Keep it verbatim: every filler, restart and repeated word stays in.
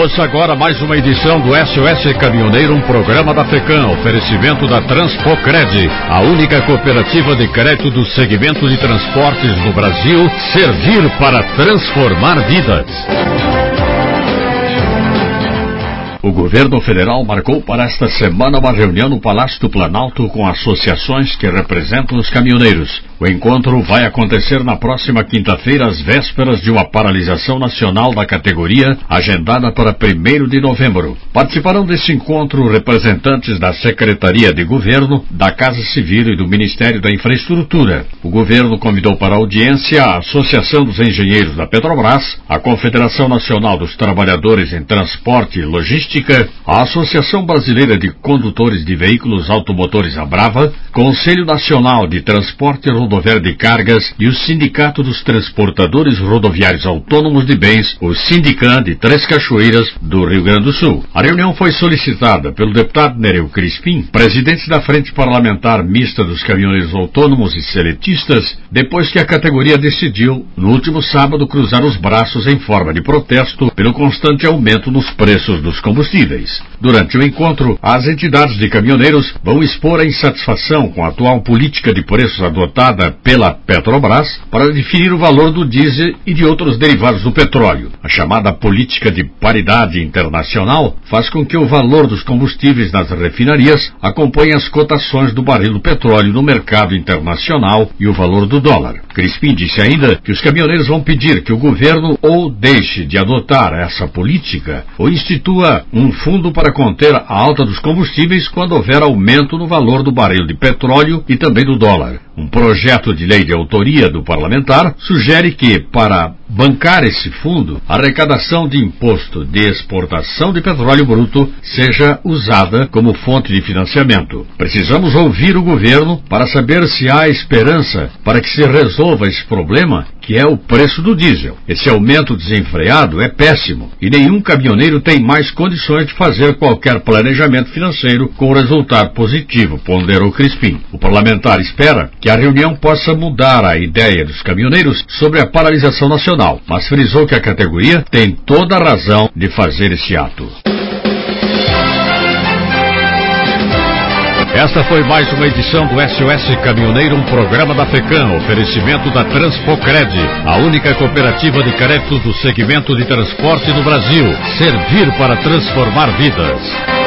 Ouça agora mais uma edição do S O S Caminhoneiro, um programa da FECAM, oferecimento da Transpocred, a única cooperativa de crédito do segmento de transportes no Brasil, servir para transformar vidas. O governo federal marcou para esta semana uma reunião no Palácio do Planalto com associações que representam os caminhoneiros. O encontro vai acontecer na próxima quinta-feira, às vésperas de uma paralisação nacional da categoria, agendada para primeiro de novembro. Participarão desse encontro representantes da Secretaria de Governo, da Casa Civil e do Ministério da Infraestrutura. O governo convidou para a audiência a Associação dos Engenheiros da Petrobras, a Confederação Nacional dos Trabalhadores em Transporte e Logística, a Associação Brasileira de Condutores de Veículos Automotores Abrava, Conselho Nacional de Transporte Rodoviário de Cargas e o Sindicato dos Transportadores Rodoviários Autônomos de Bens, o Sindicam de Três Cachoeiras, do Rio Grande do Sul. A reunião foi solicitada pelo deputado Nereu Crispim, presidente da Frente Parlamentar Mista dos Caminhoneiros Autônomos e Seletistas, depois que a categoria decidiu, no último sábado, cruzar os braços em forma de protesto pelo constante aumento nos preços dos combustíveis. Durante o encontro, as entidades de caminhoneiros vão expor a insatisfação com a atual política de preços adotada pela Petrobras para definir o valor do diesel e de outros derivados do petróleo. A chamada política de paridade internacional faz com que o valor dos combustíveis nas refinarias acompanhe as cotações do barril do petróleo no mercado internacional e o valor do dólar. Crispim disse ainda que os caminhoneiros vão pedir que o governo ou deixe de adotar essa política ou institua um fundo para conter a alta dos combustíveis quando houver aumento no valor do barril de petróleo e também do dólar. Um projeto de lei de autoria do parlamentar sugere que, para bancar esse fundo, a arrecadação de imposto de exportação de petróleo bruto seja usada como fonte de financiamento. Precisamos ouvir o governo para saber se há esperança para que se resolva esse problema, que é o preço do diesel. Esse aumento desenfreado é péssimo e nenhum caminhoneiro tem mais condições de fazer qualquer planejamento financeiro com resultado positivo, ponderou Crispim. O parlamentar espera que a reunião possa mudar a ideia dos caminhoneiros sobre a paralisação nacional, mas frisou que a categoria tem toda a razão de fazer esse ato. Esta foi mais uma edição do S O S Caminhoneiro, um programa da FECAM, oferecimento da Transpocred, a única cooperativa de crédito do segmento de transporte no Brasil, servir para transformar vidas.